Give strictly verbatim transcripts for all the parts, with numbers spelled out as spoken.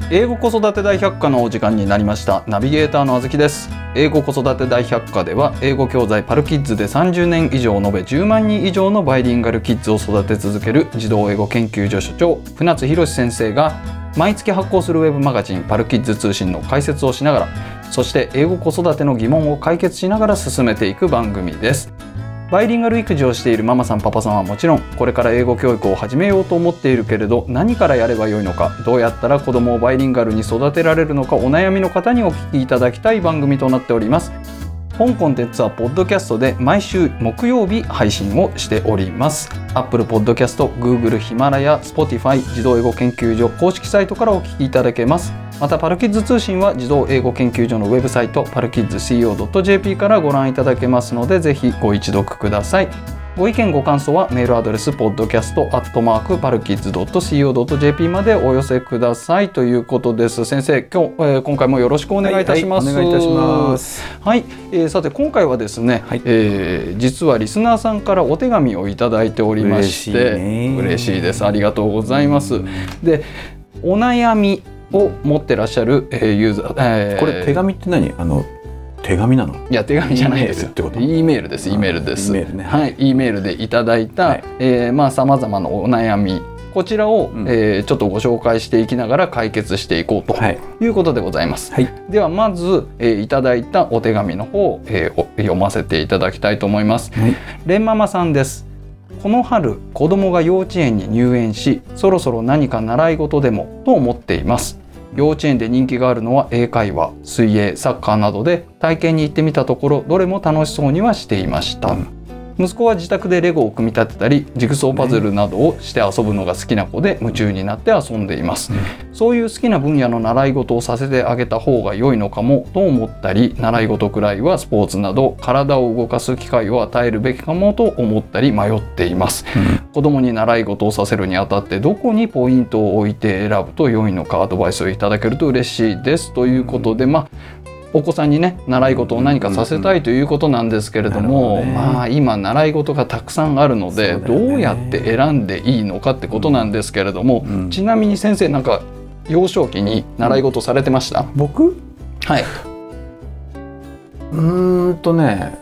英語子育て大百科のお時間になりました。ナビゲーターのあずきです。英語子育て大百科では英語教材パルキッズでさんじゅうねん以上、延べじゅうまんにん以上のバイリンガルキッズを育て続ける児童英語研究所所長船津博史先生が毎月発行するウェブマガジンパルキッズ通信の解説をしながら、そして英語子育ての疑問を解決しながら進めていく番組です。バイリンガル育児をしているママさんパパさんはもちろん、これから英語教育を始めようと思っているけれど何からやればよいのか、どうやったら子供をバイリンガルに育てられるのか、お悩みの方にお聞きいただきたい番組となっております。本コンテンツはポッドキャストで毎週木曜日配信をしております。 Apple Podcast、Google、ヒマラヤ、Spotify、児童英語研究所公式サイトからお聞きいただけます。またパルキッズ通信は児童英語研究所のウェブサイトパルキッズ シーオードットジェーピー からご覧いただけますので、ぜひご一読ください。ご意見ご感想はメールアドレス ポッドキャストアットマークパルキッズドットシーオードットジェーピー までお寄せくださいということです。先生、今日、えー、今回もよろしくお願いいたします。 はいはい、お願いいたします。 はい、えー、さて今回はですね、はい、えー、実はリスナーさんからお手紙をいただいておりまして、嬉しいね。嬉しいです。ありがとうございます。で、お悩みを持ってらっしゃる、えー、ユーザー、えー、 これ手紙って何？あの手紙なの？ いや、手紙じゃないですよ。 E メールです。 E メールです。 E メールね。 はい、E メールでいただいた、はい、えー、まあ様々なお悩み、こちらを、うん、えー、ちょっとご紹介していきながら解決していこうということでございます。はい、ではまず、えー、いただいたお手紙の方を、えー、読ませていただきたいと思います。はい、レンママさんです。この春子供が幼稚園に入園し、そろそろ何か習い事でもと思っています。幼稚園で人気があるのは英会話、水泳、サッカーなどで、体験に行ってみたところどれも楽しそうにはしていました。うん、息子は自宅でレゴを組み立てたりジグソーパズルなどをして遊ぶのが好きな子で夢中になって遊んでいます。うん、そういう好きな分野の習い事をさせてあげた方が良いのかもと思ったり、習い事くらいはスポーツなど体を動かす機会を与えるべきかもと思ったり迷っています。うん、子供に習い事をさせるにあたってどこにポイントを置いて選ぶと良いのか、アドバイスをいただけると嬉しいですということで、まあお子さんにね、習い事を何かさせたいということなんですけれども、うんうん、まあ今習い事がたくさんあるので、どうやって選んでいいのかってことなんですけれども、うん、ちなみに先生、なんか幼少期に習い事されてました？うん、 僕？ はい。 うーんとね、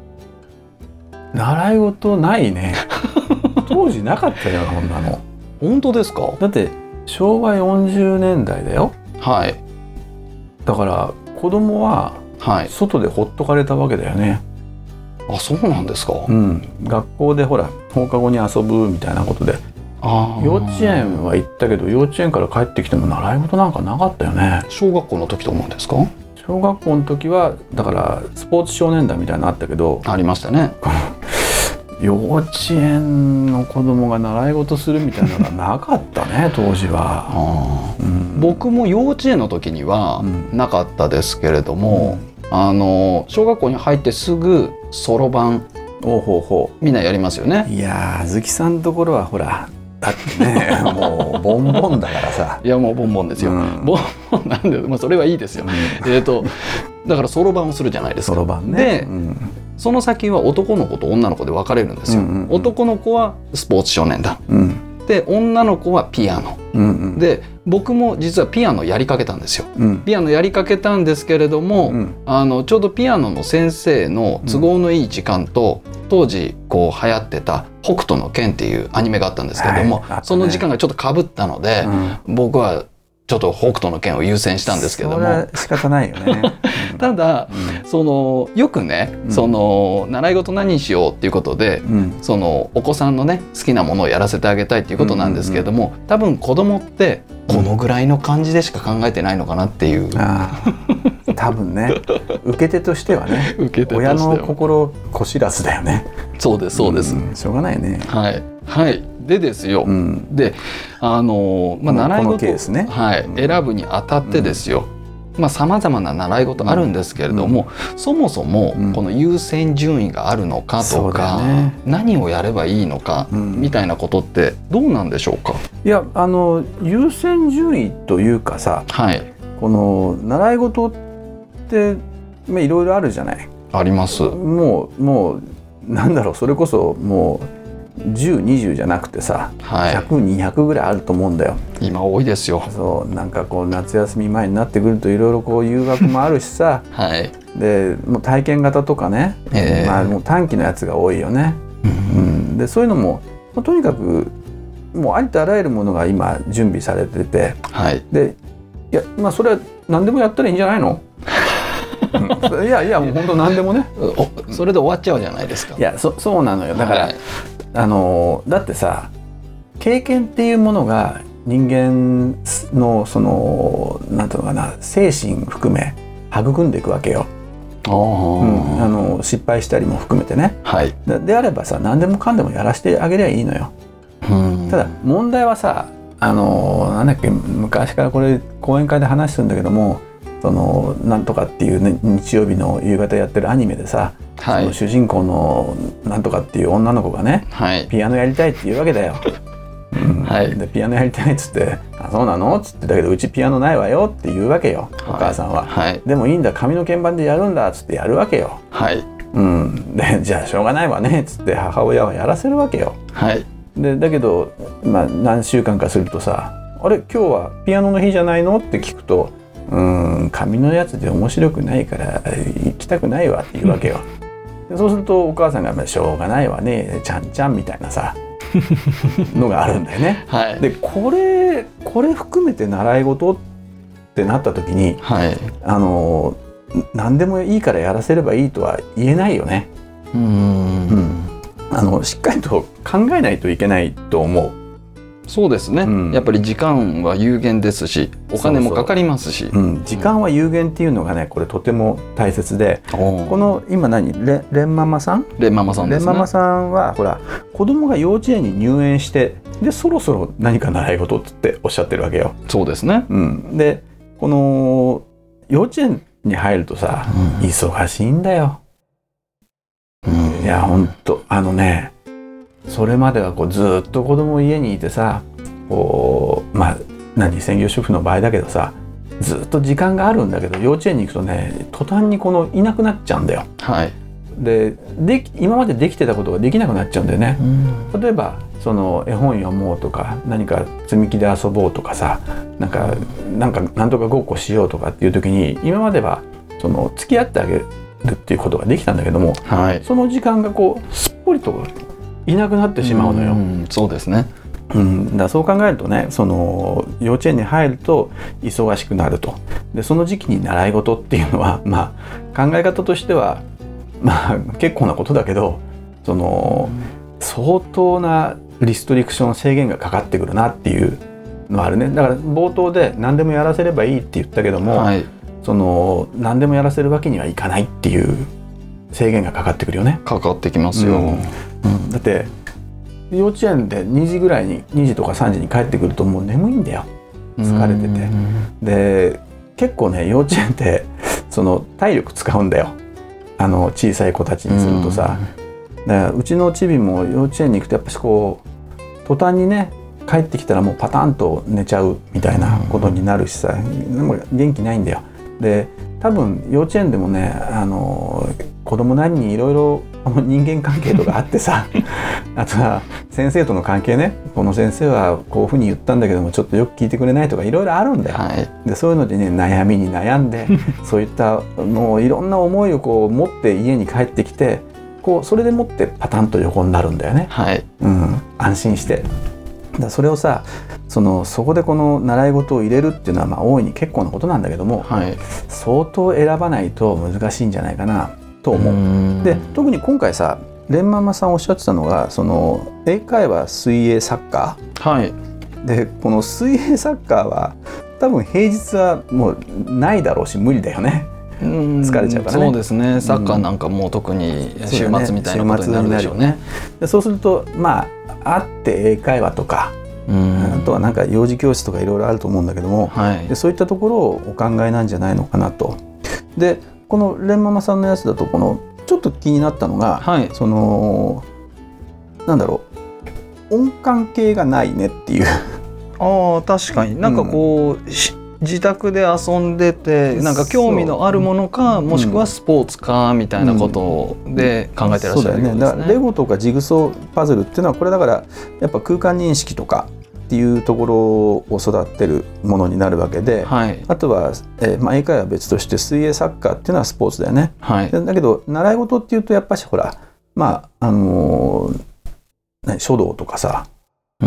習い事ないね。当時なかったよ、こんなの。 本当ですか？ だってしょうわよんじゅうねんだいだよ。 はい。 だから子供は外でほっとかれたわけだよね。 はい、あ、そうなんですか。 うん、学校でほら放課後に遊ぶみたいなことで、あ、幼稚園は行ったけど幼稚園から帰ってきても習い事なんかなかったよね。 小学校の時と思うんですか？ 小学校の時はだからスポーツ少年団みたいなのあったけど、 ありましたね。 幼稚園の子供が習い事するみたいなのがなかったね当時は。 あ、うん、僕も幼稚園の時にはなかったですけれども、うん、あの小学校に入ってすぐそろばん、 おほうほう、みんなやりますよね。 いやー、あずきさんのところはほらだってねもうボンボンだからさ。 いや、もうボンボンですよ。うん、ボンボンなんで、まあ、それはいいですよ。うん、えーとだからそろばんをするじゃないですか。 そろばんね。 で、うん、その先は男の子と女の子で分かれるんですよ。うんうんうん、男の子はスポーツ少年団、うん、で女の子はピアノ、うんうん、で僕も実はピアノやりかけたんですよ。うん、ピアノやりかけたんですけれども、うん、あのちょうどピアノの先生の都合のいい時間と、うん、当時こう流行ってた北斗の拳っていうアニメがあったんですけれども、はいね、その時間がちょっとかぶったので、うん、僕はちょっと北斗の拳を優先したんですけども、それは仕方ないよね。 ただ、うん、そのよくね、うん、その習い事何にしようっていうことで、うん、そのお子さんのね好きなものをやらせてあげたいっていうことなんですけれども、うんうんうん、多分子供ってこのぐらいの感じでしか考えてないのかなっていう。あ多分ね、受け手としてはね受け手としては親の心こしらすだよね。 そうですそうです、 うん、しょうがないね。 はいはいでですよ、うん、であの、まあ、習い事を、ね、はい、選ぶにあたってですよ、さまざ、まな習い事あるんですけれども、うん、そもそもこの優先順位があるのかとか、うんね、何をやればいいのか、うん、みたいなことってどうなんでしょうか。 いや、あの優先順位というかさ、はい、この習い事っていろいろあるじゃない。 あります。 もうもうなんだろう、それこそもうじゅう、にじゅうじゃなくてさ、はい、ひゃく、にひゃくぐらいあると思うんだよ。 今多いですよ。 そうなんかこう夏休み前になってくるといろいろこう誘惑もあるしさ、はい、でもう体験型とかね、えーまあ、もう短期のやつが多いよね、うんうん、でそういうのもとにかくもうありとあらゆるものが今準備されてて、はい、でいや、まあ、それは何でもやったらいいんじゃないのいやいやもう本当何でもねそれで終わっちゃうじゃないですか。 いや そ, そうなのよだから、はい、あのだってさ経験っていうものが人間のそのなんていうのかな精神含め育んでいくわけよ。あ、うん、あの失敗したりも含めてね、はい、で, であればさ何でもかんでもやらせてあげりゃいいのよ。うんただ問題はさあのなんだっけ昔からこれ講演会で話するんだけどもそのなんとかっていう、ね、日曜日の夕方やってるアニメでさ、はい、その主人公のなんとかっていう女の子がね、はい、ピアノやりたいって言うわけだよ。うんはい、でピアノやりたいっつって「あそうなの?」っつってだけどうちピアノないわよって言うわけよ、はい、お母さんは、はい、でもいいんだ紙の鍵盤でやるんだっつってやるわけよ、はいうん、でじゃあしょうがないわねっつって母親はやらせるわけよ、はい、でだけど、まあ、何週間かするとさ「あれ今日はピアノの日じゃないの?」って聞くと「うん紙のやつで面白くないから行きたくないわ」って言うわけよ、でそうするとお母さんが「しょうがないわねちゃんちゃん」みたいなさのがあるんだよね、はい、でこれこれ含めて習い事ってなった時に、はい、あの何でもいいからやらせればいいとは言えないよね。うん、うん、あのしっかりと考えないといけないと思う。 そうですね、うん、やっぱり時間は有限ですしお金もかかりますし、 そうそう、うん、時間は有限っていうのがねこれとても大切で、うん、この今何レレンママさんレンママさんですね。 レンママさんはほら子供が幼稚園に入園してでそろそろ何か習い事っておっしゃってるわけよ。 そうですね、 うん、でこの幼稚園に入るとさ、うん、忙しいんだよ、うん、いやほんとあのねそれまではこうずっと子供家にいてさこうまあ何専業主婦の場合だけどさずっと時間があるんだけど幼稚園に行くとね途端にこのいなくなっちゃうんだよ、はい、でで今までできてたことができなくなっちゃうんだよね、うん、例えばその絵本読もうとか何か積み木で遊ぼうとかさなんか、うん、なんかなんとかごっこしようとかっていう時に今まではその付き合ってあげるっていうことができたんだけども、はい、その時間がこうすっぽりといなくなってしまうのよ。うん、そうですね。うん、だそう考えるとねその幼稚園に入ると忙しくなると。でその時期に習い事っていうのは、まあ、考え方としては、まあ、結構なことだけどその、うん、相当なリストリクション制限がかかってくるなっていうのはあるね。だから冒頭で何でもやらせればいいって言ったけども、はい、その何でもやらせるわけにはいかないっていう制限がかかってくるよね。 かかってきますよ、うんうん、だって幼稚園でにじぐらいににじとかさんじに帰ってくるともう眠いんだよ疲れてて。で結構ね幼稚園ってその体力使うんだよあの小さい子たちにするとさ。だからうちのチビも幼稚園に行くとやっぱしこう途端にね帰ってきたらもうパタンと寝ちゃうみたいなことになるしさでも元気ないんだよ。で多分幼稚園でもねあの子供なりにいろいろ人間関係とかあってさあとは先生との関係ねこの先生はこういうふうに言ったんだけどもちょっとよく聞いてくれないとかいろいろあるんだよ、はい、でそういうのでね悩みに悩んでそういったもういろんな思いをこう持って家に帰ってきてこうそれでもってパタンと横になるんだよね、はいうん、安心してだそれをさそのそこでこの習い事を入れるっていうのはまあ大いに結構なことなんだけども、はい、相当選ばないと難しいんじゃないかなと思う。で特に今回さレンママさんおっしゃってたのがその英会話水泳サッカー、はい、でこの水泳サッカーは多分平日はもうないだろうし無理だよね。うん疲れちゃうからね。そうですね。 サッカーなんかもう特に週末みたいなことになるでしょうね。 でそうするとまああって英会話とかうんあとはなんか幼児教室とかいろいろあると思うんだけども、はい、でそういったところをお考えなんじゃないのかなと。でこのレンママさんのやつだとこのちょっと気になったのが、はい、そのなんだろう音感系がないねっていう。 ああ確かになんかこう、うん、 自宅で遊んでてなんか興味のあるものか、もしくはスポーツかみたいなことで考えてらっしゃるようですね。そうだよね。だからレゴとかジグソーパズルっていうのはこれだからやっぱ空間認識とかっていうところを育てるものになるわけで、はい、あとは、えーまあ、英会話は別として水泳サッカーっていうのはスポーツだよね、はい、だけど習い事っていうとやっぱしほらまああのー、何書道とかさ、うん、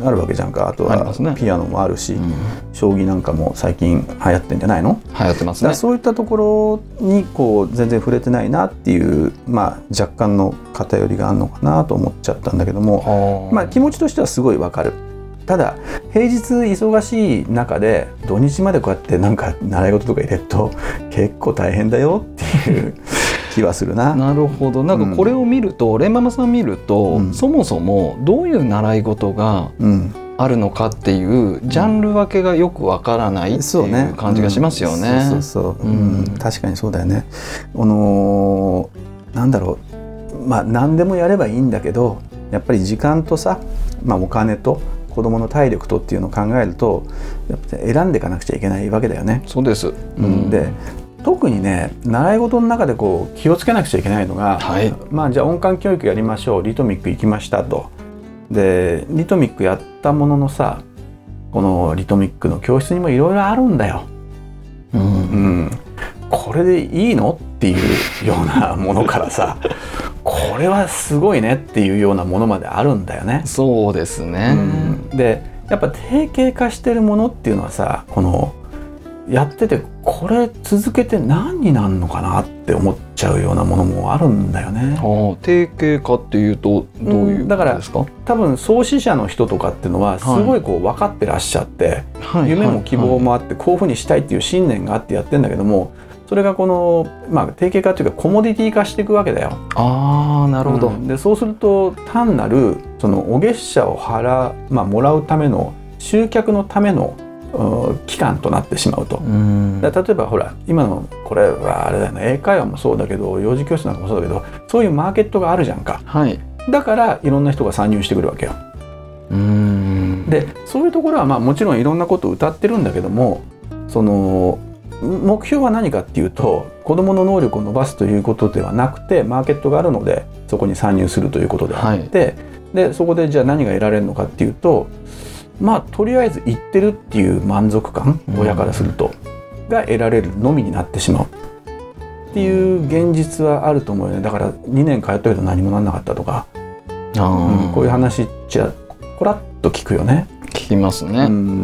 あるわけじゃんか。あとはピアノもあるし、うん、将棋なんかも最近流行ってんじゃないの？ 流行ってますね。だそういったところにこう全然触れてないなっていう、まあ、若干の偏りがあるのかなと思っちゃったんだけども、まあ、気持ちとしてはすごいわかる。ただ平日忙しい中で土日までこうやってなんか習い事とか入れると結構大変だよっていう気はするな。 なるほど。なんかこれを見ると、うん、レンママさん見ると、うん、そもそもどういう習い事があるのかっていうジャンル分けがよくわからないっていう感じがしますよね。 そうそうそう、うんうん、確かにそうだよね。あのー、なんだろう、まあ何でもやればいいんだけどやっぱり時間とさ、まあ、お金と子どもの体力とっていうのを考えるとやっぱ選んでいかなくちゃいけないわけだよね。 そうです、うん、 で特にね習い事の中でこう気をつけなくちゃいけないのが、はい、まあじゃあ音感教育やりましょう、リトミック行きましたと。でリトミックやったもののさ、このリトミックの教室にもいろいろあるんだよ、うんうん、これでいいのっていうようなものからさこれはすごいねっていうようなものまであるんだよね。 そうですね、 うん、でやっぱ定型化してるものっていうのはさ、このやっててこれ続けて何になるのかなって思っちゃうようなものもあるんだよね。 ああ、定型化っていうとどういうことですか？ うん、だから多分創始者の人とかっていうのはすごいこう分かってらっしゃって、はい、夢も希望もあってこういうふうにしたいっていう信念があってやってんだけども、それがこの、まあ、定型化というかコモディティ化していくわけだよ。 ああ、なるほど、うん、 でそうすると単なるそのお月謝を払う、まあ、もらうための集客のための期間となってしまうと。うんだ例えばほら今のこれはあれだよね、英会話もそうだけど幼児教室なんかもそうだけど、そういうマーケットがあるじゃんか、はい、だからいろんな人が参入してくるわけよ。うんでそういうところはまあもちろんいろんなことを謳ってるんだけども、その目標は何かっていうと子どもの能力を伸ばすということではなくて、マーケットがあるのでそこに参入するということであって、はい、でそこでじゃあ何が得られるのかっていうと、まあとりあえず行ってるっていう満足感、親からするとが得られるのみになってしまうっていう現実はあると思うよね。だからにねん通ったけど何もなんなかったとか、あ、うん、こういう話じゃこらっと聞くよね。 聞きますね、うん、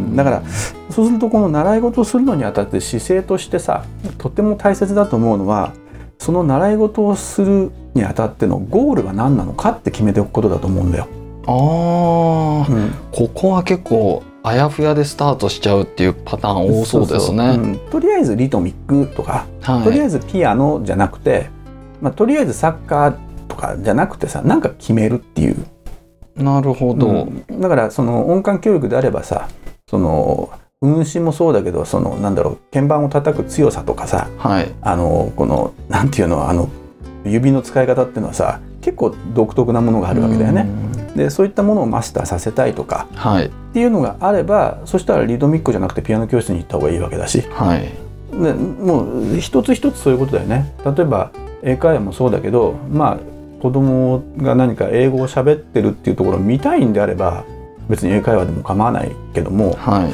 だからそうするとこの習い事をするのにあたって姿勢としてさ、とても大切だと思うのは、その習い事をするにあたってのゴールは何なのかって決めておくことだと思うんだよ。 あ、うん、ここは結構あやふやでスタートしちゃうっていうパターン多そうですね。そうそう、うん、 とりあえずリトミックとか、はい、とりあえずピアノじゃなくて、まあ、とりあえずサッカーとかじゃなくてさ、なんか決めるっていう。 なるほど、うん、 だからその音感教育であればさ、その運指もそうだけど、そのなんだろう、鍵盤を叩く強さとかさ、はい、あのこのなんていうの、あの指の使い方っていうのはさ結構独特なものがあるわけだよね。でそういったものをマスターさせたいとか、はい、っていうのがあれば、そしたらリトミックじゃなくてピアノ教室に行った方がいいわけだし、はい、でもう一つ一つそういうことだよね。例えば英会話もそうだけど、まあ子供が何か英語を喋ってるっていうところを見たいんであれば別に英会話でも構わないけども、はい、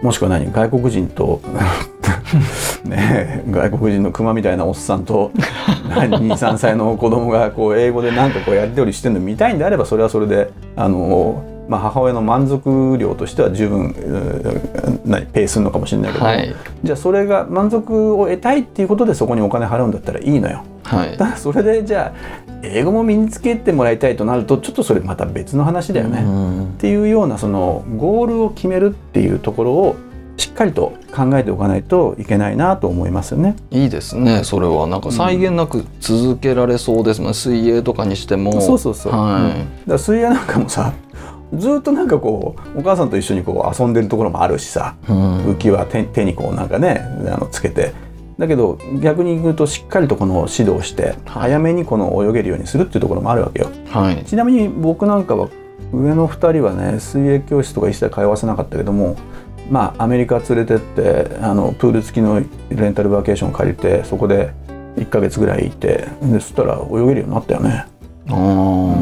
もしくは何、外国人とね、外国人のクマみたいなおっさんとにさんさいの子供がこう英語で何かこうやり取りしてるの見たいんであれば、それはそれであの、まあ、母親の満足量としては十分ペイするのかもしれないけど、はい、じゃあそれが満足を得たいっていうことでそこにお金払うんだったらいいのよ。はい、だからそれでじゃあ英語も身につけてもらいたいとなるとちょっとそれまた別の話だよね、うん、っていうようなそのゴールを決めるっていうところをしっかりと考えておかないといけないなと思いますよね。 いいですね。それはなんか際限なく続けられそうですもん、うん、水泳とかにしても。 そうそうそう、はい、うん、だから水泳なんかもさ、ずっとなんかこうお母さんと一緒にこう遊んでるところもあるしさ、うん、浮き輪 手, 手にこうなんかねあのつけて、だけど逆に言うとしっかりとこの指導して早めにこの泳げるようにするっていうところもあるわけよ、はい、ちなみに僕なんかは上のふたりはね水泳教室とか一切通わせなかったけども、 まあアメリカ連れてってあのプール付きのレンタルバケーション借りてそこでいっかげつぐらいいてでそしたら泳げるようになったよね。あ、うん、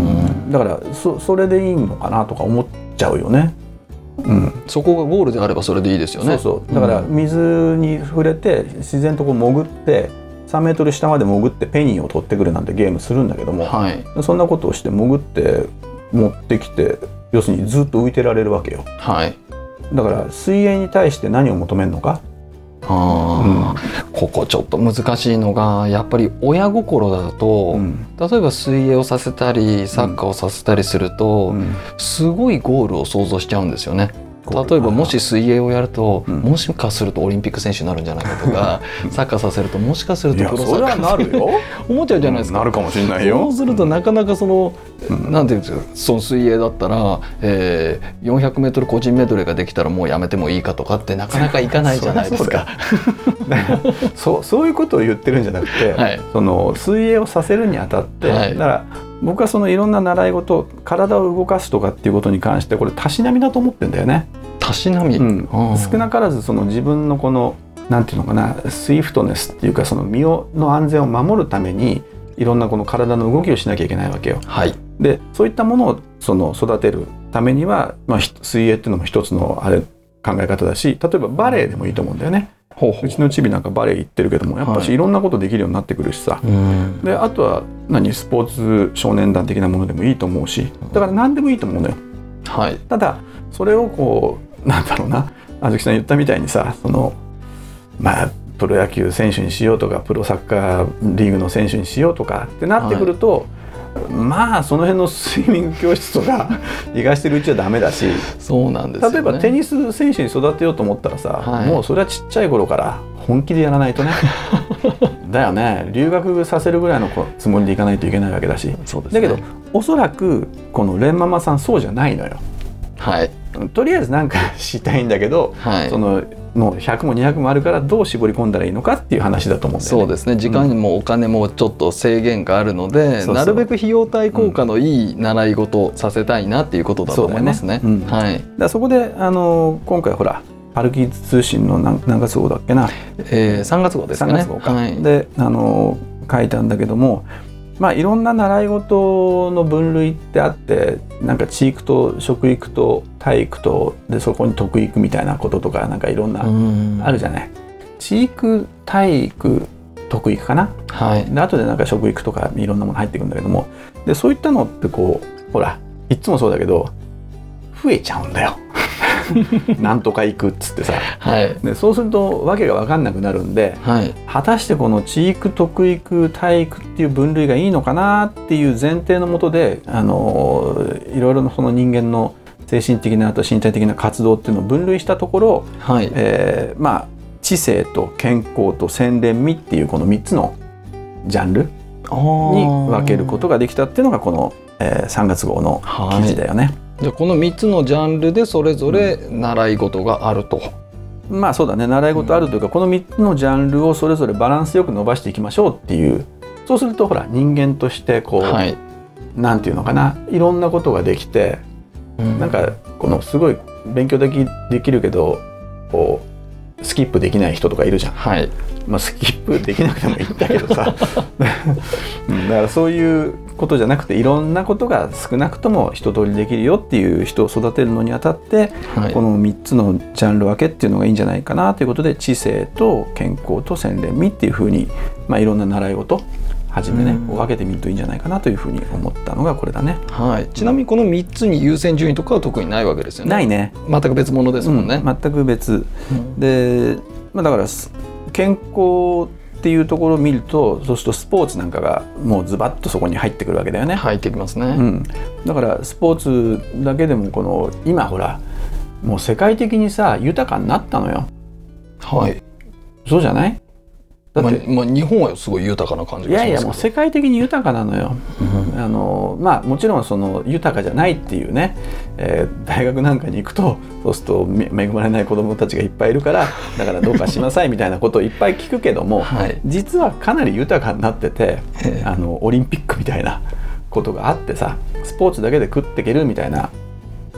だから そ, それでいいのかなとか思っちゃうよね。うん、 そこがゴールであればそれでいいですよね。 そうそうだから水に触れて自然とこう潜ってさんメートル下まで潜ってペニーを取ってくるなんてゲームするんだけども、はい、そんなことをして潜って持ってきて要するにずっと浮いてられるわけよ、はい、だから水泳に対して何を求めるのか。 あ、うん、ここちょっと難しいのがやっぱり親心だと、うん、例えば水泳をさせたりサッカーをさせたりすると、うん、すごいゴールを想像しちゃうんですよね。例えばもし水泳をやると、うん、もしかするとオリンピック選手になるんじゃないかとかサッカーさせるともしかするとプロサッカーいやそれはなるよ思っちゃうじゃないですか、 うん、なるかもしれないよ。 そうするとなかなかその、うん、なんていうんですかその水泳だったら、えー、よんひゃくメートル個人メドレーができたらもうやめてもいいかとかってなかなかいかないじゃないですかそう、そういうことを言ってるんじゃなくて、はい、その水泳をさせるにあたって、はい、だから僕はそのいろんな習い事体を動かすとかっていうことに関してこれたしなみだと思ってんだよね。 たしなみ、うん、 少なからずその自分のこのなんていうのかなスイフトネスっていうかその身の安全を守るためにいろんなこの体の動きをしなきゃいけないわけよ、はい、でそういったものをその育てるためには、まあ、水泳っていうのも一つのあれ考え方だし例えばバレエでもいいと思うんだよね。ほうほううちのチビなんかバレエ行ってるけどもやっぱしいろんなことできるようになってくるしさ、はい、であとは何スポーツ少年団的なものでもいいと思うしだから何でもいいと思うのよ、はい、ただそれをこうなんだろうなあずきさん言ったみたいにさそのまあプロ野球選手にしようとかプロサッカーリーグの選手にしようとかってなってくると、はい、まあその辺のスイミング教室とか行かしてるうちはダメだしそうなんですよね。例えばテニス選手に育てようと思ったらさ、はい、もうそれはちっちゃい頃から本気でやらないとねだよね留学させるぐらいのつもりでいかないといけないわけだしそうです、ね、だけどおそらくこのレンママさんそうじゃないのよ。はい、とりあえずなんかしたいんだけど、はい、そのもうひゃくもにひゃくもあるからどう絞り込んだらいいのかっていう話だと思うんだよね。 そうですね時間もお金もちょっと制限があるので、うん、そうそうなるべく費用対効果のいい習い事をさせたいなっていうことだと思いますね。そ、ねうんはい、だからそこであの今回ほらパルキッズ通信の 何, 何月号だっけな、 えー、さんがつ号ですね。 さんがつ号か、はい、であの書いたんだけどもまあ、いろんな習い事の分類ってあってなんか知育と食育と体育とでそこに徳育みたいなこととかなんかいろんなあるじゃない。知育体育徳育かな、はい、で後でなんか食育とかいろんなもの入ってくるんだけどもでそういったのってこうほらいつもそうだけど増えちゃうんだよなんとか行くっつってさ、はい、でそうするとわけが分かんなくなるんで、はい、果たしてこの知育徳育体育っていう分類がいいのかなっていう前提のもとであのいろいろなその人間の精神的なあと身体的な活動っていうのを分類したところ、はいえー、まあ知性と健康と洗練美っていうこのみっつのジャンルに分けることができたっていうのがこの、えー、さんがつ号の記事だよね。はいじゃあこのみっつのジャンルでそれぞれ習い事があると、 うん、まあそうだね習い事あるというか、うん、このみっつのジャンルをそれぞれバランスよく伸ばしていきましょうっていうそうするとほら人間としてこう、はい、なんていうのかないろんなことができて、うん、なんかこのすごい勉強でき、できるけどこうスキップできない人とかいるじゃん、はいまあ、スキップできなくてもいいんだけどさだからそういうことじゃなくていろんなことが少なくとも一通りできるよっていう人を育てるのにあたって、はい、このみっつのジャンル分けっていうのがいいんじゃないかなということで知性と健康と洗練美っていうふうに、まあ、いろんな習い事はじめね、うん、分けてみるといいんじゃないかなというふうに思ったのがこれだね、 はい、ちなみにこのみっつに優先順位とかは特にないわけですよね。 ないね全く別物ですもんね、 うん、全く別、うん、で、まあ、だから健康っていうところを見るとそうするとスポーツなんかがもうズバッとそこに入ってくるわけだよね。 入ってきますね、うん、だからスポーツだけでもこの今ほらもう世界的にさ豊かになったのよ。はいそうじゃないだって、まあまあ、日本はすごい豊かな感じがしますけどいやいやもう世界的に豊かなのよ、うん、あのまあもちろんその豊かじゃないっていうね、えー、大学なんかに行くとそうすると恵まれない子どもたちがいっぱいいるからだからどうかしなさいみたいなことをいっぱい聞くけども、はい、実はかなり豊かになっててあのオリンピックみたいなことがあってさスポーツだけで食っていけるみたいな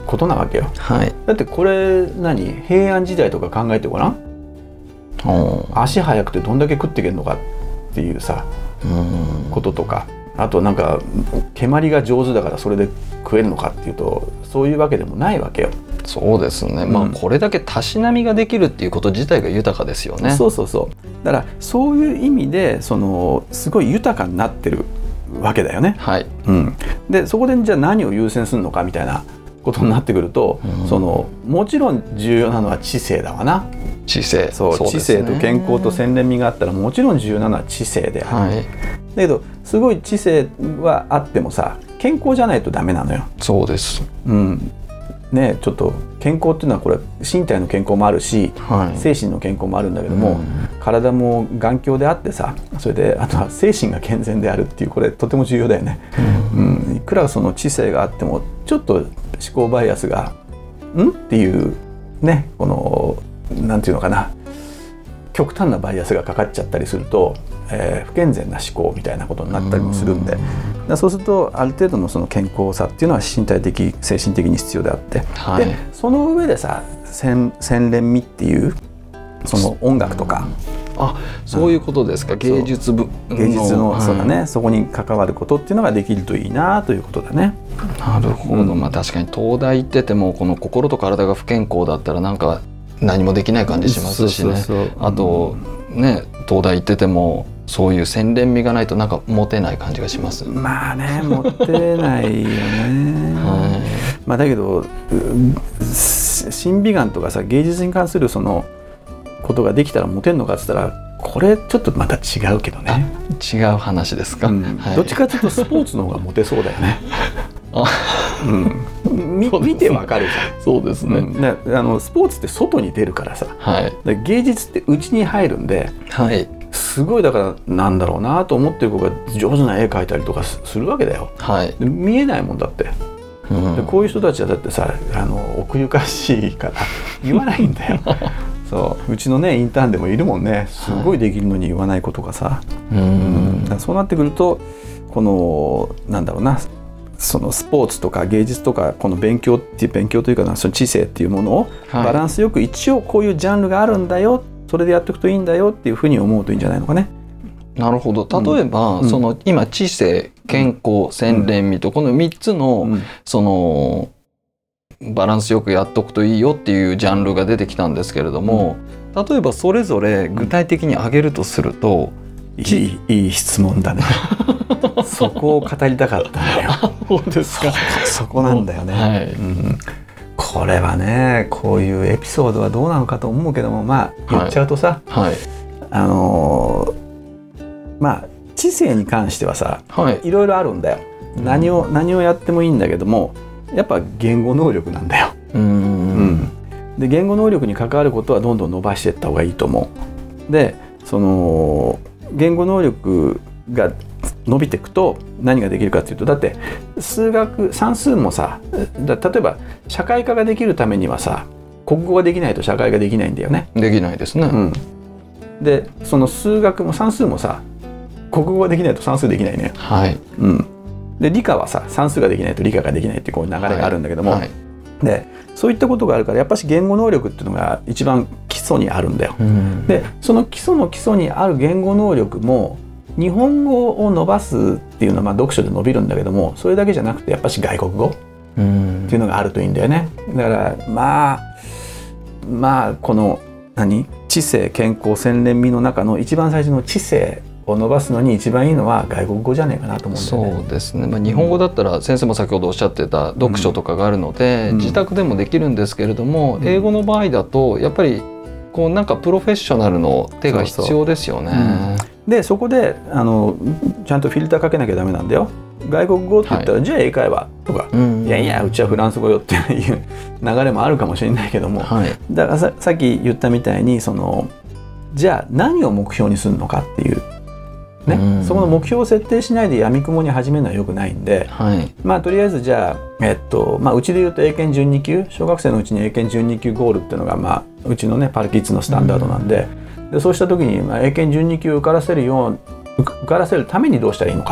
ことなわけよ、 はい、 だってこれ何平安時代とか考えてごらん、足速くてどんだけ食っていけるのかっていうさ、うん、こととか、あとなんか蹴鞠が上手だからそれで食えるのかっていうとそういうわけでもないわけよ。 そうですね、うん、まあこれだけたしなみができるっていうこと自体が豊かですよね。 そうそうそう、だからそういう意味でそのすごい豊かになってるわけだよね、 はい、 うん、でそこでじゃあ何を優先するのかみたいなことになってくると、うん、そのもちろん重要なのは知性だわな。 知性、 そう、そうですね、知性と健康と洗練味があったらもちろん重要なのは知性である、はい、だけどすごい知性はあってもさ健康じゃないとダメなのよ。 そうです、 うんね、ちょっと健康っていうのはこれ身体の健康もあるし、はい、精神の健康もあるんだけども、うん、体も頑強であってさ、それであとは精神が健全であるっていう、これとても重要だよね、うんうん、いくらその知性があってもちょっと思考バイアスがんっていうね、このなんていうのかな、極端なバイアスがかかっちゃったりすると、えー、不健全な思考みたいなことになったりもするんで、だそうするとある程度のその健康さっていうのは身体的精神的に必要であって、はい、でその上でさ洗練味っていうその音楽とか、 あ、そういうことですか、芸術部芸術の、はい、そうだね、そこに関わることっていうのができるといいなということだね。 なるほど、うん、まあ確かに東大行っててもこの心と体が不健康だったらなんか何もできない感じしますしね。そうそうそう、あとね、東大行っててもそういう洗練味がないとなんかモテない感じがします。 まあね、モテないよね、はい、まあだけど審美眼とかさ、芸術に関するそのことができたらモテるのかって言ったらこれちょっとまた違うけどね。 違う話ですか、うんはい、どっちかというとスポーツの方がモテそうだよねあ、うん、み見てわかるじゃん。 そうですね、 うん、あのスポーツって外に出るからさ、はい、だから芸術って内に入るんで、はい、すごいだからなんだろうなと思ってる子が上手な絵描いたりとかするわけだよ、はい、で見えないもんだって、うん、でこういう人たちはだってさ、あの奥ゆかしいから言わないんだよそう、うちのねインターンでもいるもんね、すごいできるのに言わない子とかさ、はい、うん、だからそうなってくるとこのなんだろうな、そのスポーツとか芸術とかこの勉強っていう勉強というかな、その知性っていうものをバランスよく、一応こういうジャンルがあるんだよ、それでやっていくといいんだよっていうふうに思うといいんじゃないのかね。 なるほど。例えば、うん、その今知性、健康、洗練味とこのみっつの、うん、そのバランスよくやっとくといいよっていうジャンルが出てきたんですけれども、うん、例えばそれぞれ具体的に挙げるとすると、 いい、いい質問だねそこを語りたかったんだよそうですか。 そ, そこなんだよね、はい、うん、これはね、こういうエピソードはどうなのかと思うけども、まあ言っちゃうとさ、はいはい、あのー、まあ知性に関してはさ、はい、いろいろあるんだよ。何を何をやってもいいんだけども、やっぱ言語能力なんだよ。うん、うん、で言語能力に関わることはどんどん伸ばしていった方がいいと思う。でその言語能力が伸びていくと何ができるかっていうと、だって数学算数もさ、だ例えば社会科ができるためにはさ、国語ができないと社会ができないんだよね。 できないですね、うん、 でその数学も算数もさ、国語ができないと算数できないね、はい、うん、で理科はさ、算数ができないと理科ができないっていうこう流れがあるんだけども、はいはい、でそういったことがあるからやっぱし言語能力っていうのが一番基礎にあるんだよ、うん、でその基礎の基礎にある言語能力も日本語を伸ばすっていうのはまあ読書で伸びるんだけども、それだけじゃなくてやっぱし外国語っていうのがあるといいんだよね。だからまあまあこの何知性、健康、洗練味の中の一番最初の知性を伸ばすのに一番いいのは外国語じゃないかなと思うんだよね。 そうですね、まあ、日本語だったら先生も先ほどおっしゃってた読書とかがあるので、うん、自宅でもできるんですけれども、うん、英語の場合だとやっぱりこうなんかプロフェッショナルの手が必要ですよね。 そうそう、うん、でそこであのちゃんとフィルターかけなきゃダメなんだよ。外国語って言ったら、はい、じゃあ英会話とか、うん、いやいやうちはフランス語よっていう流れもあるかもしれないけども、はい、だから さ, さっき言ったみたいにそのじゃあ何を目標にするのかっていう、ね、うん、そこの目標を設定しないでやみくもに始めるのは良くないんで、はい、まあとりあえずじゃあ、えっとまあ、うちで言うと英検準に級、小学生のうちに英検準に級ゴールっていうのが、まあ、うちのねパルキッズのスタンダードなんで、うん、でそうした時に、まあ、英検準に級受からせるよう受からせるためにどうしたらいいのかと、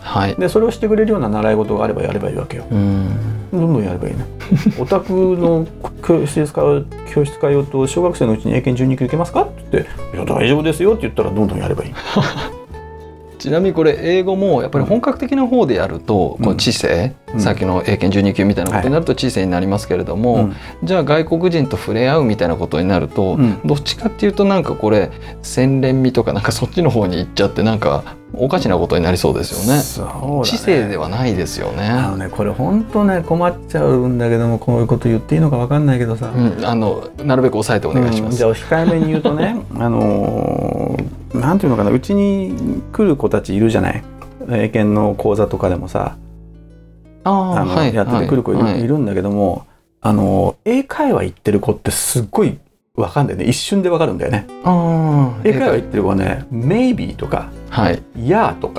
はい、 でそれをしてくれるような習い事があればやればいいわけよ。うんどんどんやればいいね。お宅の教室通う教室通うと小学生のうちに英検じゅうに級受けますかって言って「いや大丈夫ですよ」って言ったらどんどんやればいい。 ちなみにこれ英語もやっぱり本格的な方でやると、うん、こう知性、うん、さっきの英検じゅうに級みたいなことになると知性になりますけれども、はい、じゃあ外国人と触れ合うみたいなことになると、うん、どっちかっていうとなんかこれ洗練味とかなんかそっちの方に行っちゃってなんかおかしなことになりそうですよね。そうだね、知性ではないですよね。 あのねこれ本当ね困っちゃうんだけどもこういうこと言っていいのか分かんないけどさ、 うん、あのなるべく抑えてお願いします。 うん、じゃあ控えめに言うとねあのー、なんていうのかなうちに来る子たちいるじゃない。英検の講座とかでもさああの、はい、やっててくる子いる、はい、いるんだけどもあの英会話行ってる子ってすっごい分かんないね一瞬で分かるんだよね。あ英会話行ってる子はね maybe とか、はい、yeah とか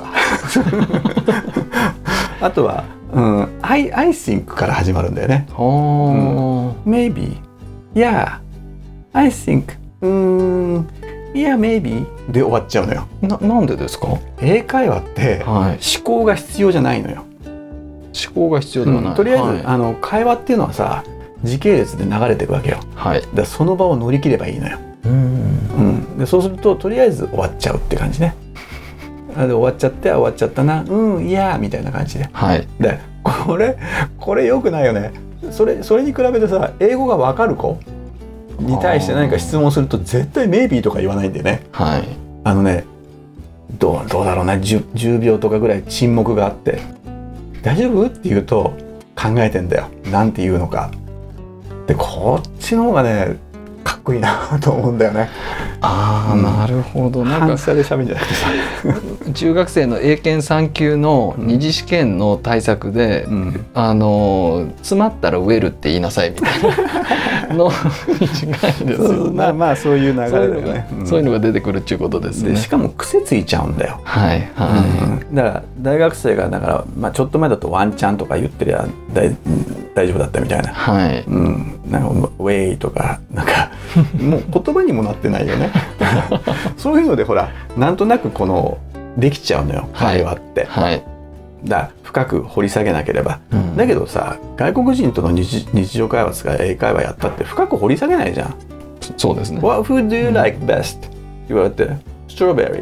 あとは、うん、I, I think から始まるんだよね。うん、maybe yeah I think うーんいや maybe で終わっちゃうのよ。 な, なんでですか？ 英会話って、はい、思考が必要じゃないのよ。 思考が必要ではない、うん、 とりあえず、はい、あの会話っていうのはさ時系列で流れていくわけよ、はい、だからその場を乗り切ればいいのよ。うん、うん、でそうするととりあえず終わっちゃうって感じね。で終わっちゃって終わっちゃったなうんいやみたいな感じで、はい、でこれこれ良くないよね。それそれに比べてさ英語が分かる子に対して何か質問すると絶対 maybe とか言わないんでね、はい、あのね どう、どうだろうな 10, じゅうびょうとかぐらい沈黙があって大丈夫って言うと考えてんだよなんて言うのかでこっちの方がねかっこいいなと思うんだよね。 ああ、うん、なるほど。なんか反射で喋るんじゃなくてさ中学生の英検さん級の二次試験の対策で、うん、あの詰まったらウェルって言いなさいみたいなのに近いですよね。 まあまあそういう流れだよね。 そういうのが出てくるっていうことですね。 でしかも癖ついちゃうんだよ。 はいはい。 うん、だから大学生がだから、まあ、ちょっと前だとワンチャンとか言ってりゃ大大丈夫だったみたいな。はい。うん。なんかウェイとかなんかもう言葉にもなってないよね。そういうのでほらなんとなくこのできちゃうのよ会話って。はい。はい、だ深く掘り下げなければ、うん、だけどさ外国人との 日, 日常会話とか英会話やったって深く掘り下げないじゃん。 そうですね。 What food do you like best? って言われて Strawberry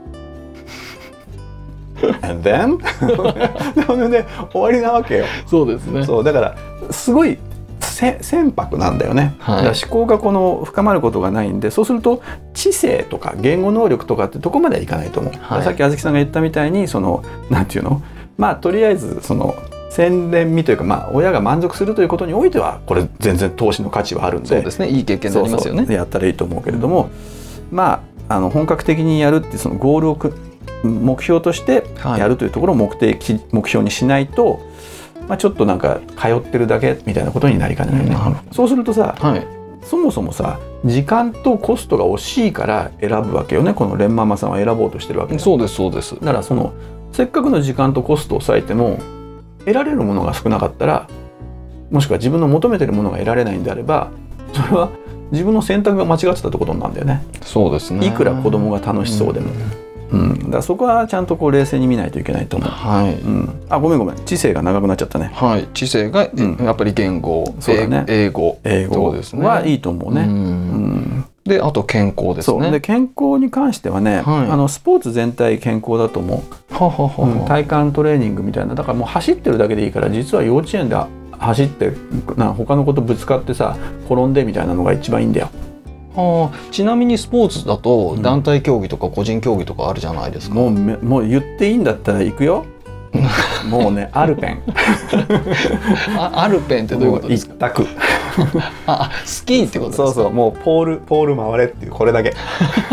and then で終わりなわけよ。 そうですね。 そうだからすごい船舶なんだよね、はい、だから思考がこの深まることがないんでそうすると知性とか言語能力とかってとこまではいかないと思う、はい、さっきあずきさんが言ったみたいにそのなんていうのまあとりあえずその洗練味というか、まあ、親が満足するということにおいてはこれ全然投資の価値はあるんでそうですねいい経験になりますよね。 そうそうやったらいいと思うけれども、うん、まああの本格的にやるってそのゴールをく目標としてやるというところを目的、はい、目標にしないとまあ、ちょっとなんか通ってるだけみたいなことになりかねないね、うん、そうするとさ、はい、そもそもさ時間とコストが惜しいから選ぶわけよね。このレンママさんは選ぼうとしてるわけそうですそうです。 だからそのせっかくの時間とコストを割いても得られるものが少なかったらもしくは自分の求めてるものが得られないんであればそれは自分の選択が間違ってたってことなんだよね。 そうですね。 いくら子供が楽しそうでも、うんうん、だからそこはちゃんとこう冷静に見ないといけないと思う。はい。うん、あごめんごめん知性が長くなっちゃったね。 はい。知性が、うん、やっぱり言語、そうだね、英語、 英語ですね。はいいと思うね。うん、うん、 であと健康ですね。 そうで健康に関してはね、はい、あのスポーツ全体健康だと思う。ははは、うん、体幹トレーニングみたいなだからもう走ってるだけでいいから実は幼稚園で走ってな他の子とぶつかってさ転んでみたいなのが一番いいんだよ。 あちなみにスポーツだと団体競技とか個人競技とかあるじゃないですか、 うん、もう、もう言っていいんだったら行くよもうねアルペンあアルペンってどういうことですか？ 一択あスキーってことですか？ そうそうもうポールポール回れっていうこれだけ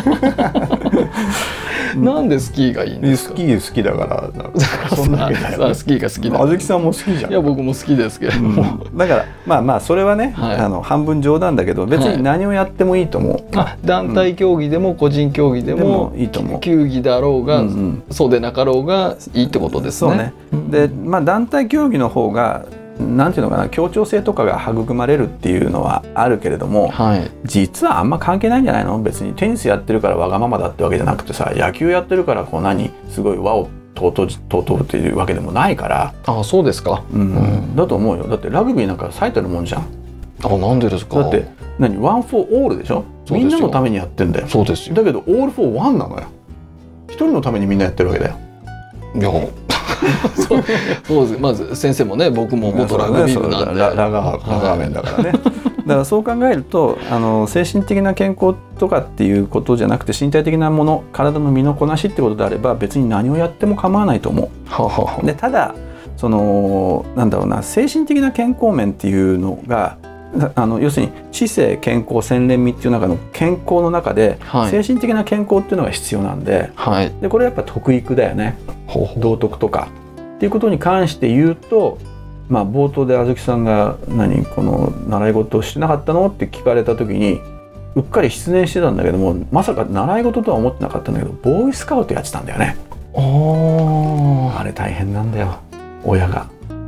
なんでスキーがいいんですか？ スキー好きだからそんなわけだよ、ね、 スキーが好きだ。 あずきさんも好きじゃん。 いや僕も好きですけれども、 うん、だからまあまあそれはね、はい、あの半分冗談だけど別に何をやってもいいと思う、 はい、あ団体競技でも個人競技でも、 うん、いいと思う。 球技だろうが、うんうん、そうでなかろうがいいってことですね。 そうね、うん、でまあ団体競技の方がなんていうのかな協調性とかが育まれるっていうのはあるけれども、はい、実はあんま関係ないんじゃないの？別にテニスやってるからわがままだってわけじゃなくてさ野球やってるからこう何すごい輪を尊尊っていうわけでもないから。 あ、そうですか、 うんうん、だと思うよ。だってラグビーなんか最たるもんじゃん。 あ、なんでですか。 だって何ワン・フォー・オールでしょ。みんなのためにやってんだよ。 そうですよ。 だけどオール・フォー・ワンなのよ。一人のためにみんなやってるわけだよ。 いやそうそうです。まず先生もね、僕も元ラグビー部なんで、 ラガーメンだからね。だからそう考えると、あの精神的な健康とかっていうことじゃなくて、身体的なもの、体の身のこなしってことであれば、別に何をやっても構わないと思う。ははは。でただそのなんだろうな、精神的な健康面っていうのが、あの要するに知性、健康、洗練味っていう中の健康の中で、はい、精神的な健康っていうのが必要なんで、はい、でこれはやっぱ徳育だよね。ほうほう。道徳とかっていうことに関して言うと、まあ、冒頭であずきさんが何この習い事をしてなかったのって聞かれた時にうっかり失念してたんだけども、まさか習い事とは思ってなかったんだけど、ボーイスカウトやってたんだよね。ああれ大変なんだよ、親が。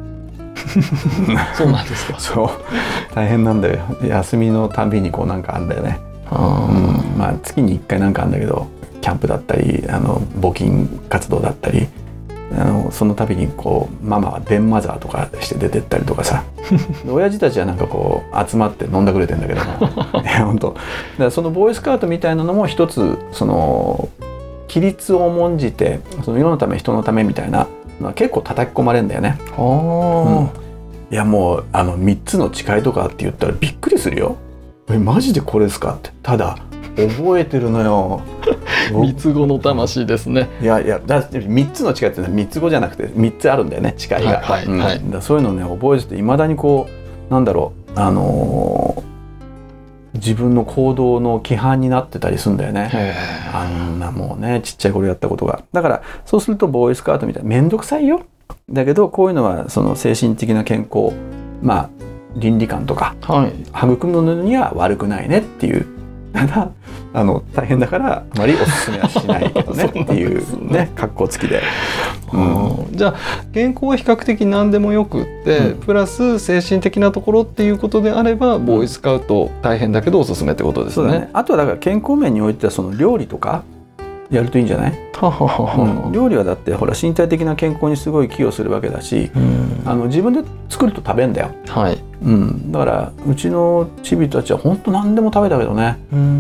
そうなんですか。 そう大変なんだよ。休みのたびにこうなんかあるんだよね。あ、うん、まあ月にいっかいなんかあるんだけど、キャンプだったり、あの募金活動だったり、あのその度にこうママはベンマザーとかして出てったりとかさ親父たちはなんかこう集まって飲んだくれてんだけどもいや本当だからそのボーイスカウトみたいなのも一つ、その規律を重んじて、その世のため人のためみたいなのは結構叩き込まれるんだよね。あ、うん、いやもうあのみっつの誓いとかって言ったらびっくりするよ。えマジでこれですかって。ただ覚えてるのよ。 三つ子の魂ですね。 いやいや、だみっつの誓いって三つ子じゃなくてみっつあるんだよね、誓いが。はいはいはい、うん、だそういうのね覚えてて、いまだにこうなんだろう、あのー、自分の行動の規範になってたりするんだよね。あんなもうね、ちっちゃい頃やったことが。だからそうするとボーイスカウトみたいな面倒くさいよ。だけどこういうのはその精神的な健康、まあ倫理観とか、はい、育むのには悪くないねっていう。ただあの大変だからあまりおすすめはしないけどねっていうね、格好付きで、 うん、じゃあ健康は比較的何でもよくって、うん、プラス精神的なところっていうことであれば、うん、ボーイスカウト大変だけどおすすめってことですね。そうだね。 あとはだから健康面においてはその料理とかやるといいんじゃない？ははは、うん、料理はだってほら身体的な健康にすごい寄与するわけだし、うん、あの自分で作ると食べんだよ。はい、うん、だからうちのチビたちは本当何でも食べたけどね。うん、うん、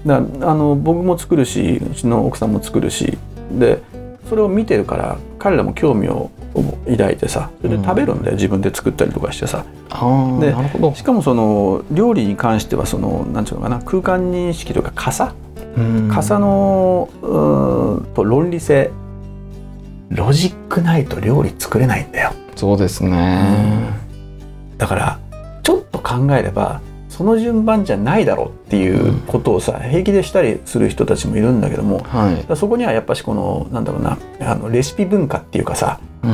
だからあの僕も作るし、うちの奥さんも作るし、でそれを見てるから彼らも興味を抱いてさ、それで食べるんだよ、うん、自分で作ったりとかしてさ。あ、でなるほど。しかもその料理に関してはそのなんていうのかな、空間認識というか傘傘のうんと論理性、ロジックないと料理作れないんだよ。 そうですね、 うん、だからちょっと考えればその順番じゃないだろうっていうことをさ、うん、平気でしたりする人たちもいるんだけども、はい、だそこにはやっぱしこのなんだろうな、あのレシピ文化っていうかさ、うん、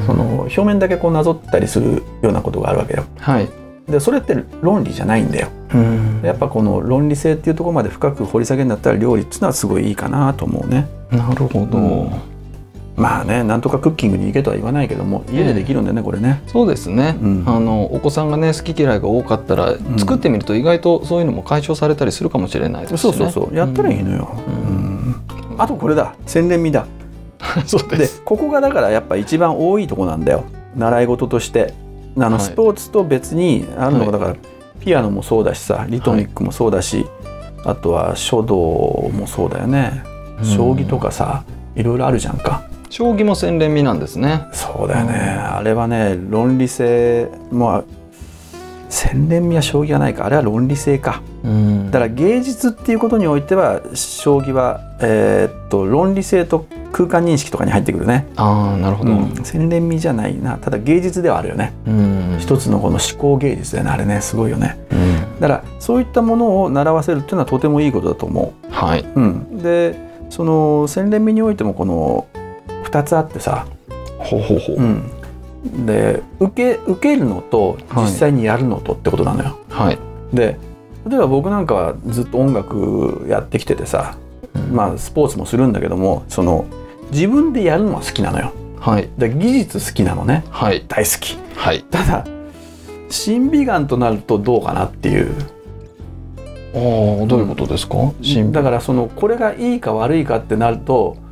その表面だけこうなぞったりするようなことがあるわけよ。はい、でそれって論理じゃないんだよ。うん、やっぱこの論理性っていうところまで深く掘り下げるんだったら料理っていうのはすごいいいかなと思うね。 なるほど、うん、 まあね、なんとかクッキングに行けとは言わないけども家でできるんだよね、これね。 そうですね、うん、あのお子さんがね好き嫌いが多かったら、うん、作ってみると意外とそういうのも解消されたりするかもしれないですしね。 そうそうそう、やったらいいのよ、うんうん、あとこれだ、洗練味だそうです。 でここがだからやっぱ一番多いとこなんだよ、習い事として。あのスポーツと別にあるのがだから、はい、ピアノもそうだしさ、リトミックもそうだし、はい、あとは書道もそうだよね、将棋とかさ、いろいろあるじゃんか。 将棋も洗練味なんですね。 そうだよね、あれはね論理性も、洗練味は将棋はないか、あれは論理性か。だから芸術っていうことにおいては将棋は、えー、っと論理性と空間認識とかに入ってくるね。 ああ、なるほど、うん、 洗練味じゃないな。ただ芸術ではあるよね。うん一つのこの思考芸術だよね、あれね、すごいよね。うん、だからそういったものを習わせるっていうのはとてもいいことだと思う。はい、うん、でその洗練味においてもこのふたつあってさ、ほうほうほう、うん、で受け、受けるのと実際にやるのとってことなのよ。はい、で例えば僕なんかはずっと音楽やってきててさ、うん、まあスポーツもするんだけども、その自分でやるのは好きなのよ。はい、で技術好きなのね、はい、大好き、はい、ただ審美眼となるとどうかなっていう。 ああ、どういうことですか？うん、 だからそのこれがいいか悪いかってなると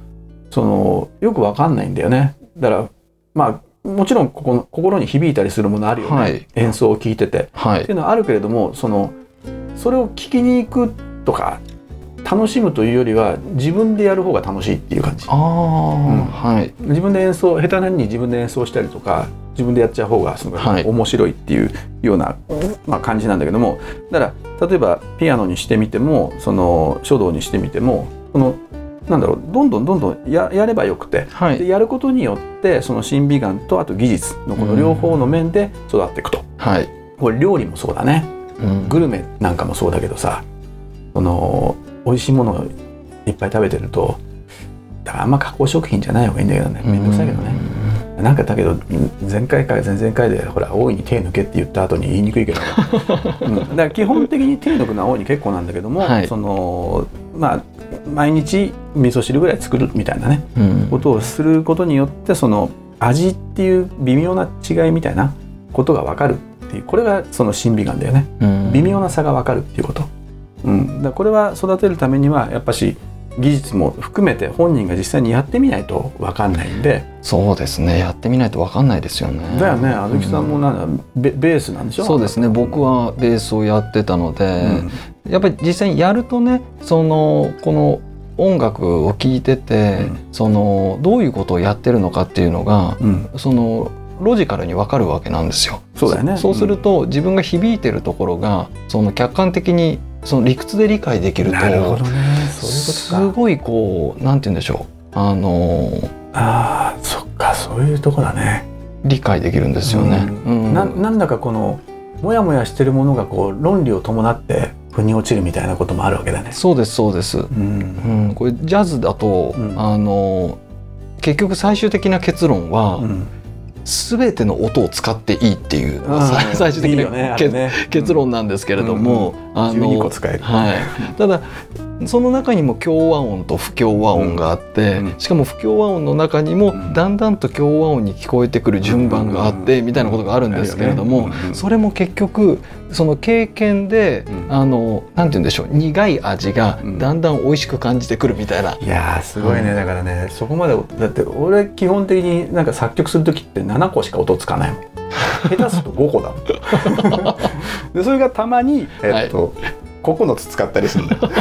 そのよくわかんないんだよね。だからまあもちろんここの心に響いたりするものあるよね、はい、演奏を聴いてて、はい、っていうのはあるけれども、そのそれを聴きに行くとか楽しむというよりは自分でやる方が楽しいっていう感じ。あ、うんはい、自分で演奏、下手なのに自分で演奏したりとか自分でやっちゃう方がすごい面白いっていうような、まあ、感じなんだけども、だから例えばピアノにしてみてもその書道にしてみてもそのなんだろう、どんどんどんどん や, やればよくて、はい、でやることによってその審美眼とあと技術のこの両方の面で育っていくと、はい、これ料理もそうだね、うん、グルメなんかもそうだけどさ、その美味しいものをいっぱい食べてると、だからあんま加工食品じゃない方がいいんだけどね、めんどくさいけどね、うん、なんかだけど前回か前々回でほら大いに手抜けって言った後に言いにくいけど、うん、だから基本的に手抜くのは大いに結構なんだけども、はい、そのまあ毎日味噌汁ぐらい作るみたいなね、うん、ことをすることによってその味っていう微妙な違いみたいなことが分かるっていう、これがその審美眼だよね、うん、微妙な差が分かるっていうこと、うん、だからこれは育てるためにはやっぱし技術も含めて本人が実際にやってみないと分かんないんで。 そうですね、やってみないと分かんないですよね。 だよね、あずきさんもなんだ、うん、ベ, ベースなんでしょ。 そうですね、僕はベースをやってたので、うん、やっぱり実際にやるとね、そのこの音楽を聴いてて、うん、そのどういうことをやってるのかっていうのが、うん、そのロジカルに分かるわけなんですよ。 そうだよね。 そうすると、うん、自分が響いてるところがその客観的にその理屈で理解できると、 なるほどね、そういうことか。 すごいこうなんて言うんでしょう、あのあーそっか、そういうとこだね、 理解できるんですよね、 うんうん、な, なんだかこのモヤモヤしてるものがこう論理を伴って腑に落ちるみたいなこともあるわけだね。 そうですそうです、うんうん、これジャズだと、うん、あの結局最終的な結論は、うん、全ての音を使っていいっていうのが最終的な、ねね、結論なんですけれども、 うんうん、あのじゅうにこ使える、 はい、ただその中にも協和音と不協和音があって、うん、しかも不協和音の中にもだんだんと協和音に聞こえてくる順番があって、うん、みたいなことがあるんですけれども、うんうん、それも結局その経験で、うん、あのなんて言うんでしょう、苦い味がだんだん美味しく感じてくるみたいな、 うん、いやーすごいね、だからね、そこまでだって俺基本的になんか作曲する時ってななこしか音使わないもん下手するとごこだもんでそれがたまにえっと、はいここのつ使ったりするんだよ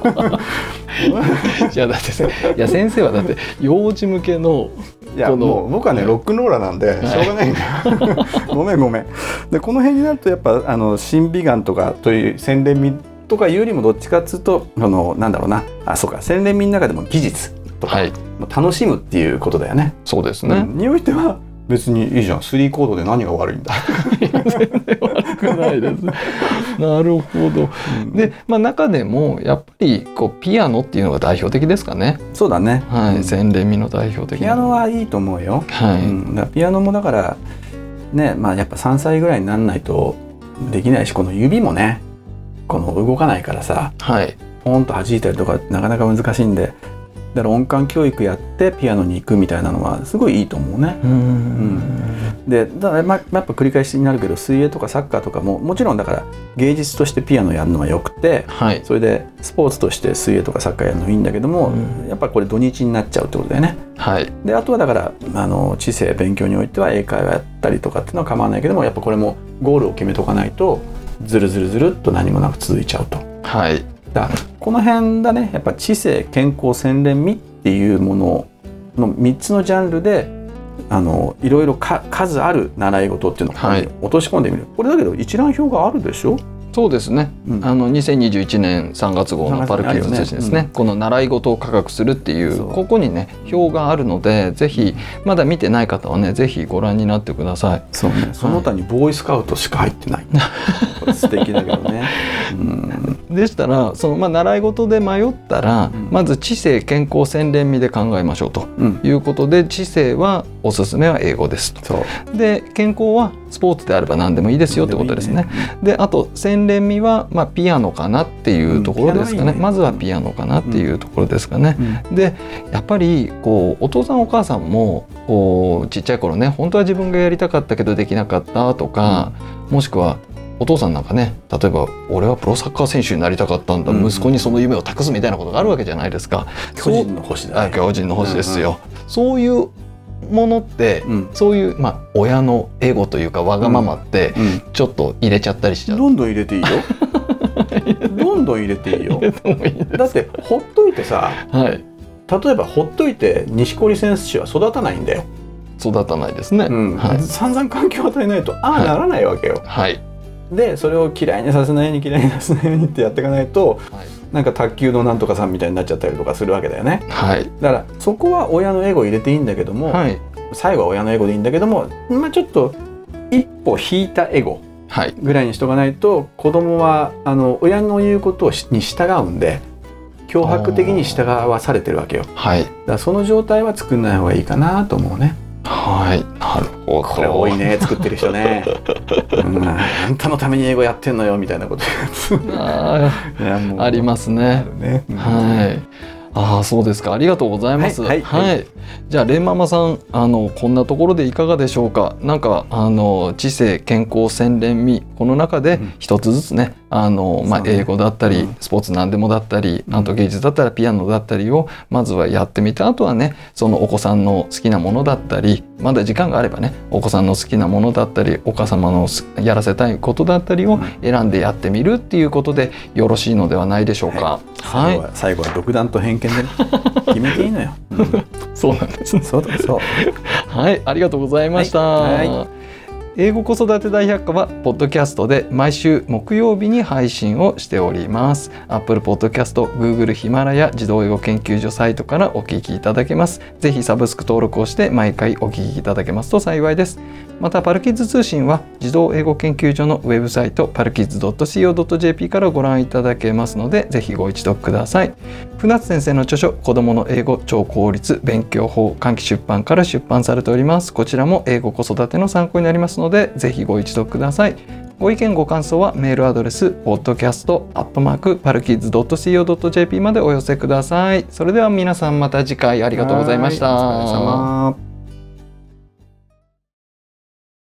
いやだってさ、いや先生はだって幼児向けのいやもう僕はねロックンローラーなんでしょうがないんだよ、はい、ごめんごめん。でこの辺になるとやっぱあの審美眼とかという洗練味とかいうよりもどっちかっつうとあのなんだろうなあそうか洗練味の中でも技術とか、はい、楽しむっていうことだよね。 そうですね、 うん、においては別にいいじゃん、スリーコードで何が悪いんだ全然悪くないですなるほど、うん、で、まあ、中でもやっぱりこうピアノっていうのが代表的ですかね。 そうだね、 はい、洗練味の代表的なピアノはいいと思うよ、はいうん、だピアノもだからね、まあ、やっぱさんさいぐらいにならないとできないし、この指もねこの動かないからさ、はい、ポンと弾いたりとかなかなか難しいんで、だから音感教育やってピアノに行くみたいなのはすごいいいと思うね。うん、うん、でだから、ま、やっぱ繰り返しになるけど水泳とかサッカーとかももちろんだから芸術としてピアノやるのはよくて、はい、それでスポーツとして水泳とかサッカーやるのいいんだけども、うん、やっぱこれ土日になっちゃうってことだよね。はい、であとはだからあの知性勉強においては英会話やったりとかっていうのは構わないけども、やっぱこれもゴールを決めとかないとずるずるずるっと何もなく続いちゃうと。はい、だこの辺だね、やっぱ知性健康洗練味っていうもののみっつのジャンルであのいろいろか数ある習い事っていうのを落とし込んでみる、はい、これだけど一覧表があるでしょ。 そうですね、うん、あのにせんにじゅういちねんさんがつ号のパルキッズ通信ですね、うん、この習い事を科学するっていうここにね表があるので、ぜひまだ見てない方はねぜひご覧になってください。 そうね、その他にボーイスカウトしか入ってない、はい、素敵だけどね、うん、 でしたらその、まあ、習い事で迷ったら、うん、まず知性健康洗練味で考えましょうということで、うん、知性はおすすめは英語ですと。そうで健康はスポーツであれば何でもいいですよってことですね。であと洗練味は、まあ、ピアノかなっていうところですかね、うんいいね、まずはピアノかなっていうところですかね、うん、でやっぱりこうお父さんお母さんもこうちっちゃい頃ね本当は自分がやりたかったけどできなかったとか、うん、もしくはお父さんなんかね、例えば俺はプロサッカー選手になりたかったんだ、うん、息子にその夢を託すみたいなことがあるわけじゃないですか。 巨人の星だね。 巨人の星ですよ、うんうん、そういうものって、うん、そういう、まあ、親のエゴというかわがままってちょっと入れちゃったりしちゃう、 どんどん入れていいよどんどん入れていいよだってほっといてさ、はい、例えばほっといて錦織選手は育たないんだよ。 育たないですね、うんはい、散々環境を与えないとああならないわけよ、 はい、 でそれを嫌いにさせないように嫌いにさせないようにってやっていかないと、はい、なんか卓球のなんとかさんみたいになっちゃったりとかするわけだよね、はい、だからそこは親のエゴ入れていいんだけども、はい、最後は親のエゴでいいんだけども、まあ、ちょっと一歩引いたエゴぐらいにしとかないと、はい、子供はあの親の言うことに従うんで脅迫的に従わされてるわけよ、はい、だからその状態は作んない方がいいかなと思うね。 はい、なるほど。 これ多いね、作ってる人ね、うん、あんたのために英語やってんのよみたいなことあ, ありますね。あるね、うん、はい。ああ、そうですか。ありがとうございます。はい、はいはい、じゃあレンママさん、あのこんなところでいかがでしょうか。なんかあの知性、健康、洗練味、この中で一つずつね、うん、あのまあ、英語だったり、うん、スポーツ何でもだったり、あと芸術だったらピアノだったりをまずはやってみて、あとはね、そのお子さんの好きなものだったり、まだ時間があればね、お子さんの好きなものだったり、お母様のやらせたいことだったりを選んでやってみるっていうことでよろしいのではないでしょうか。 はい、最後は、最後は独断と偏見で、ね、決めていいのよ。うん、 そうなんですね。 そうだそう。 はい、ありがとうございました。はいはい、英語子育て大百科はポッドキャストで毎週木曜日に配信をしております。Apple Podcast、Google ヒマラヤ児童英語研究所サイトからお聞きいただけます。ぜひサブスク登録をして毎回お聞きいただけますと幸いです。またパルキッズ通信は児童英語研究所のウェブサイトパルキッズ ドットシーオー ドット ジェーピー からご覧いただけますので、ぜひご一読ください。船津先生の著書子どもの英語超効率勉強法、換気出版から出版されております。こちらも英語子育ての参考になりますので、ぜひご一読ください。ご意見ご感想はメールアドレス ポッドキャスト アットマーク パルキッズ ドット シーオー ドット ジェーピー までお寄せください。それでは皆さんまた次回ありがとうございました。 お疲れ様。